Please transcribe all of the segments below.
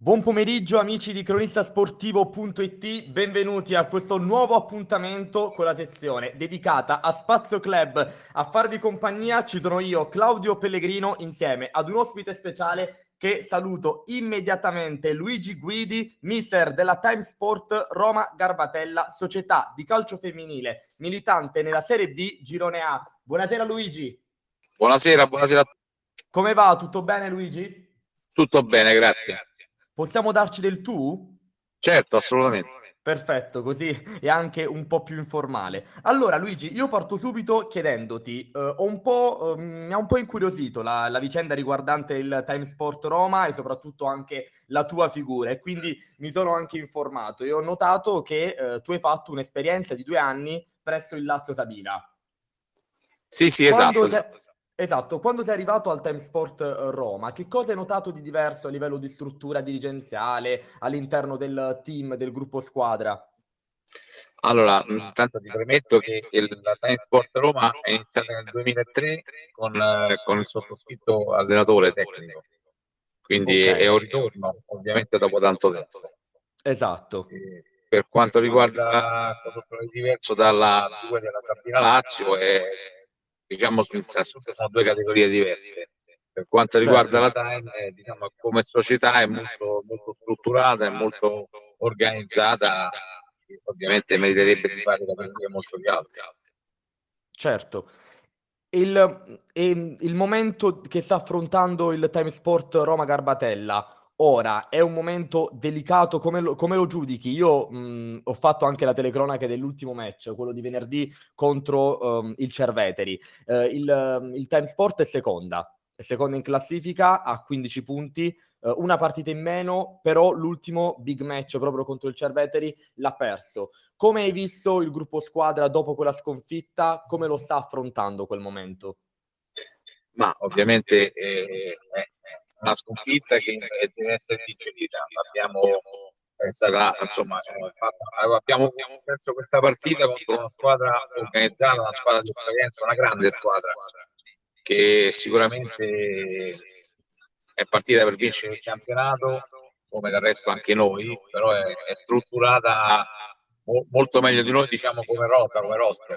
Buon pomeriggio amici di cronistasportivo.it, benvenuti a questo nuovo appuntamento con la sezione dedicata a Spazio Club. A farvi compagnia ci sono io, Claudio Pellegrino, insieme ad un ospite speciale che saluto immediatamente, Luigi Guidi, mister della Time Sport Roma Garbatella, società di calcio femminile, militante nella Serie D, Girone A. Buonasera Luigi. Buonasera, buonasera a tutti. Come va? Tutto bene Luigi? Tutto bene, grazie. Possiamo darci del tu? Certo, assolutamente. Perfetto, così è anche un po' più informale. Allora, Luigi, io parto subito chiedendoti, mi ha un po' incuriosito la vicenda riguardante il Time Sport Roma e soprattutto anche la tua figura, e quindi mi sono anche informato e ho notato che tu hai fatto un'esperienza di 2 anni presso il Lazio Sabina. Sì, sì, Quando esatto. sei, esatto, quando sei arrivato al Time Sport Roma, che cosa hai notato di diverso a livello di struttura dirigenziale all'interno del team, del gruppo squadra? Allora, intanto ti premetto che la Time Sport Roma è iniziata nel 2003 con il sottoscritto allenatore tecnico, Ok, quindi è un ritorno ovviamente dopo tanto tempo. esatto, Per quanto riguarda cosa è diverso dalla 2 della Sabina Lazio, diciamo, innanzitutto sono due categorie diverse. Per quanto riguarda certo. la Time, diciamo, come società è molto, molto strutturata, è molto organizzata, e ovviamente meriterebbe di fare categorie molto più alte. Certo. Il momento che sta affrontando il Time Sport Roma Garbatella ora è un momento delicato, come lo giudichi? Io ho fatto anche la telecronaca dell'ultimo match, quello di venerdì contro il Cerveteri. Il Time Sport è seconda in classifica a 15 punti, una partita in meno, però l'ultimo big match proprio contro il Cerveteri l'ha perso. Come hai visto il gruppo squadra dopo quella sconfitta? Come lo sta affrontando quel momento? Ma ovviamente è una sconfitta che deve essere digerita. È stata, insomma, abbiamo perso questa partita contro una squadra organizzata, una squadra di esperienza, una grande squadra che sicuramente è partita per vincere il campionato, come del resto anche noi, però è strutturata molto meglio di noi, diciamo, come rosa, come roster.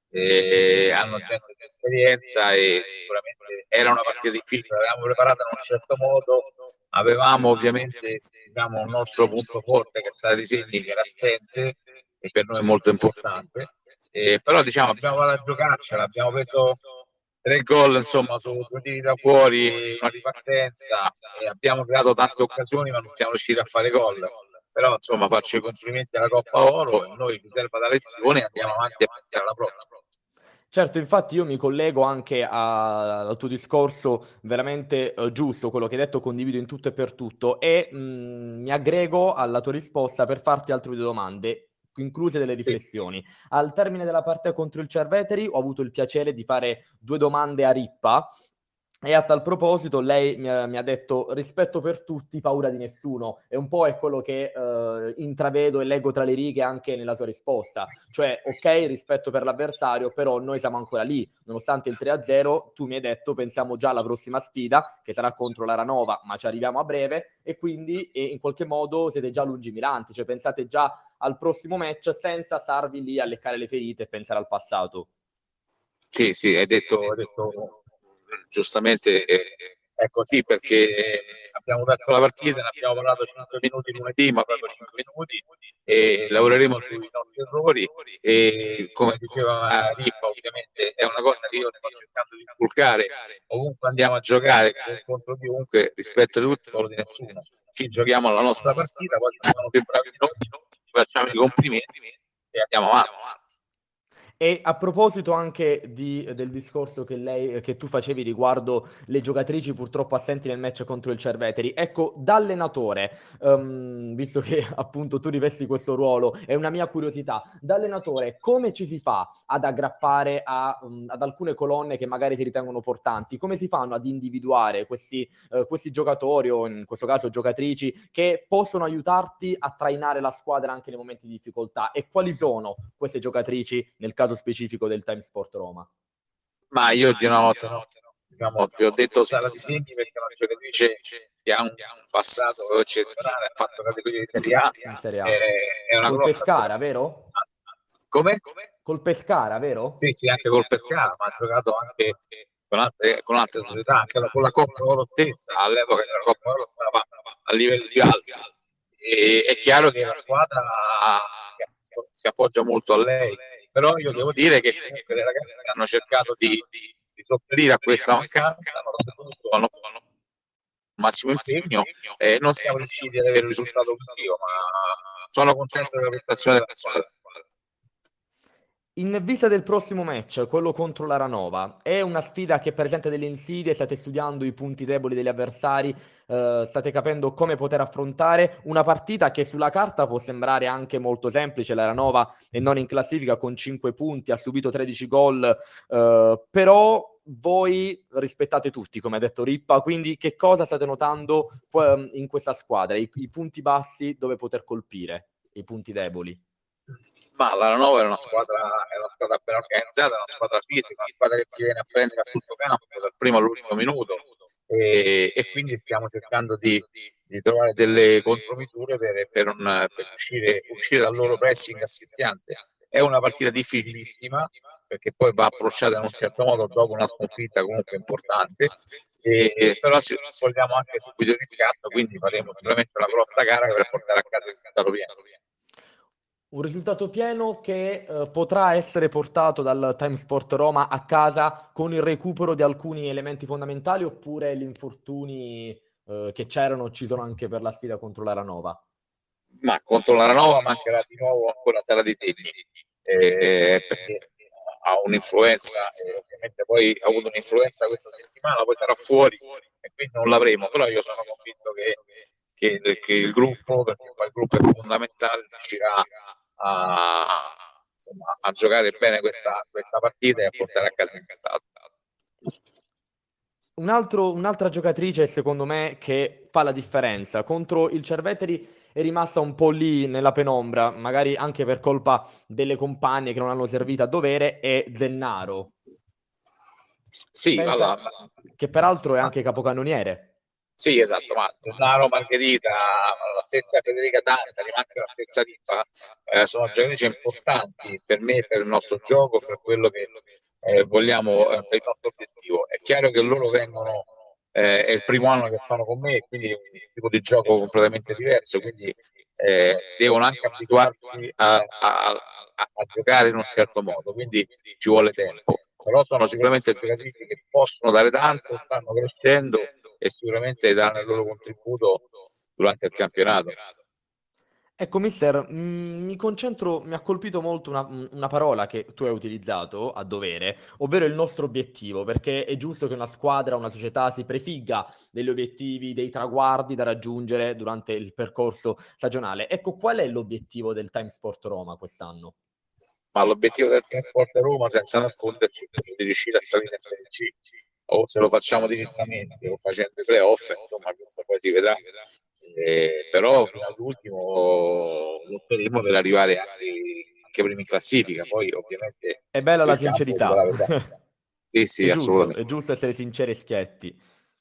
E hanno gente di esperienza e sicuramente era una partita difficile, l'avevamo preparata in un certo modo, avevamo ovviamente, diciamo, un nostro punto forte che è stato di segni, che era assente e per noi è molto importante. Però diciamo abbiamo provato a giocarcela, abbiamo preso 3 gol insomma su 2 tiri da fuori, una ripartenza e abbiamo creato tante occasioni ma non siamo riusciti a fare gol. Però insomma faccio i complimenti alla Coppa Oro e noi ci serve da lezione e andiamo avanti a pensare alla prossima. Certo, infatti io mi collego anche al tuo discorso veramente giusto, quello che hai detto condivido in tutto e per tutto, e mi aggrego alla tua risposta per farti altre due domande, incluse delle Sì. riflessioni. Al termine della partita contro il Cerveteri ho avuto il piacere di fare due domande a Rippa. E a tal proposito, lei mi ha detto rispetto per tutti, paura di nessuno. E un po' è quello che intravedo e leggo tra le righe anche nella sua risposta. Cioè, ok, rispetto per l'avversario, però noi siamo ancora lì. Nonostante il 3-0, tu mi hai detto pensiamo già alla prossima sfida, che sarà contro l'Aranova, ma ci arriviamo a breve. E quindi in qualche modo siete già lungimiranti. Cioè, pensate già al prossimo match senza starvi lì a leccare le ferite e pensare al passato. Sì, sì, hai detto giustamente, è così perché abbiamo perso la partita, ne abbiamo parlato 5 minuti lunedì, ma proprio 5 minuti, e lavoreremo sui nostri errori e come diceva Rippa, ovviamente è una cosa che io sto cercando di inculcare ovunque andiamo a giocare contro chiunque, rispetto di tutti, paura di nessuno. Ci giochiamo la nostra partita, poi sono più bravi di noi, ci facciamo i complimenti e andiamo avanti. E a proposito anche del discorso che tu facevi riguardo le giocatrici purtroppo assenti nel match contro il Cerveteri, ecco, da allenatore, visto che appunto tu rivesti questo ruolo, è una mia curiosità, da allenatore come ci si fa ad aggrappare ad alcune colonne che magari si ritengono portanti? Come si fanno ad individuare questi giocatori o in questo caso giocatrici che possono aiutarti a trainare la squadra anche nei momenti di difficoltà? E quali sono queste giocatrici nel caso specifico del Time Sport Roma? Ma io di una volta no. diciamo, vi ho detto sala di segni perché è una giocatrice che ha un passato eccezionale, ha fatto categoria di Serie A, in Serie A. è una Col grossa Pescara, vero? come? Col Pescara, vero? Sì, sì, anche col Pescara, ma ha giocato anche con altre società, anche con la Coppa Oro stessa, all'epoca la Coppa Oro stava a livelli più alti. E è chiaro che la squadra si appoggia molto a lei, però io devo dire che comunque le ragazze hanno cercato di sopperire a questa mancanza, hanno massimo impegno e non siamo riusciti ad avere un risultato positivo, ma sono contento della prestazione della squadra. In vista del prossimo match, quello contro l'Aranova, è una sfida che presenta delle insidie, state studiando i punti deboli degli avversari, state capendo come poter affrontare una partita che sulla carta può sembrare anche molto semplice, l'Aranova è non in classifica con 5 punti, ha subito 13 gol, però voi rispettate tutti, come ha detto Rippa, quindi che cosa state notando in questa squadra, i punti bassi dove poter colpire, i punti deboli? Ma la Lanova è una squadra ben organizzata, è una squadra fisica, una squadra che ti viene a prendere a tutto campo dal primo all'ultimo minuto e quindi stiamo cercando di trovare delle contromisure per uscire dal loro pressing asfissiante. È una partita difficilissima perché poi va approcciata in un certo modo dopo una sconfitta comunque importante, però vogliamo anche subito il riscatto, quindi faremo sicuramente una grossa gara per portare a casa il risultato pieno. Un risultato pieno che potrà essere portato dal Time Sport Roma a casa con il recupero di alcuni elementi fondamentali oppure gli infortuni che c'erano ci sono anche per la sfida contro l'Aranova? Ma contro la Ranova mancherà di nuovo ancora Sala di Segni, perché ha un'influenza, ovviamente poi ha avuto un'influenza questa settimana, poi sarà fuori e quindi non l'avremo, però io sono convinto che il gruppo, perché poi il gruppo è fondamentale, riuscirà insomma, a giocare bene questa partita e a portare a casa il risultato. Un'altra giocatrice, secondo me, che fa la differenza. Contro il Cerveteri è rimasta un po' lì nella penombra, magari anche per colpa delle compagne che non hanno servito a dovere, è Zennaro. Sì, Pensa allora, che peraltro è anche capocannoniere. sì, esatto, ma Gennaro, Margherita, la stessa Federica Tantali, ma anche la stessa Riffa, sono giocatrici importanti per me, per il nostro gioco, per quello che vogliamo, per il nostro obiettivo. È chiaro che loro vengono, è il primo anno che sono con me, quindi è un tipo di gioco completamente diverso, quindi devono anche abituarsi a giocare in un certo modo, quindi ci vuole tempo. Però sono sicuramente giocatrici che possono dare tanto, stanno crescendo e sicuramente daranno il loro contributo durante il campionato. Ecco, mister, mi ha colpito molto una parola che tu hai utilizzato a dovere, ovvero il nostro obiettivo, perché è giusto che una squadra, una società si prefigga degli obiettivi, dei traguardi da raggiungere durante il percorso stagionale. Ecco, qual è l'obiettivo del Time Sport Roma quest'anno? Ma l'obiettivo del trasporto a Roma, senza nasconderci, è quello di riuscire a salire in Serie C. O se lo facciamo direttamente o facendo i playoff, insomma, questo poi si vedrà. Però fino all'ultimo lotteremo per arrivare anche primi in classifica. Poi ovviamente È bella la il campo dirà sincerità. la verità. Sì, sì, È assolutamente. giusto essere sinceri e schietti.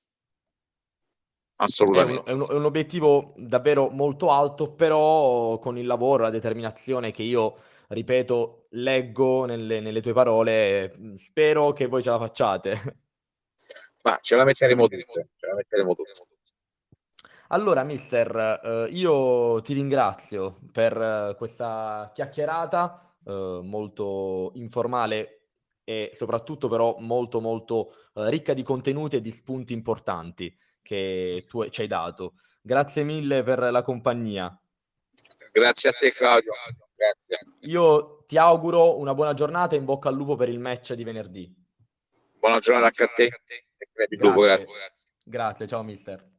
Assolutamente. È un obiettivo davvero molto alto, però con il lavoro, la determinazione che io, ripeto, leggo nelle tue parole, spero che voi ce la facciate. Ma ce la metteremo tutte, ce la metteremo tutte. Allora, mister, io ti ringrazio per questa chiacchierata molto informale e soprattutto però molto molto ricca di contenuti e di spunti importanti che tu ci hai dato. Grazie mille per la compagnia. Grazie a te, Claudio. Grazie. Io ti auguro una buona giornata e in bocca al lupo per il match di venerdì. Buona giornata anche a te e crepi il lupo, Grazie. grazie. Grazie, ciao mister.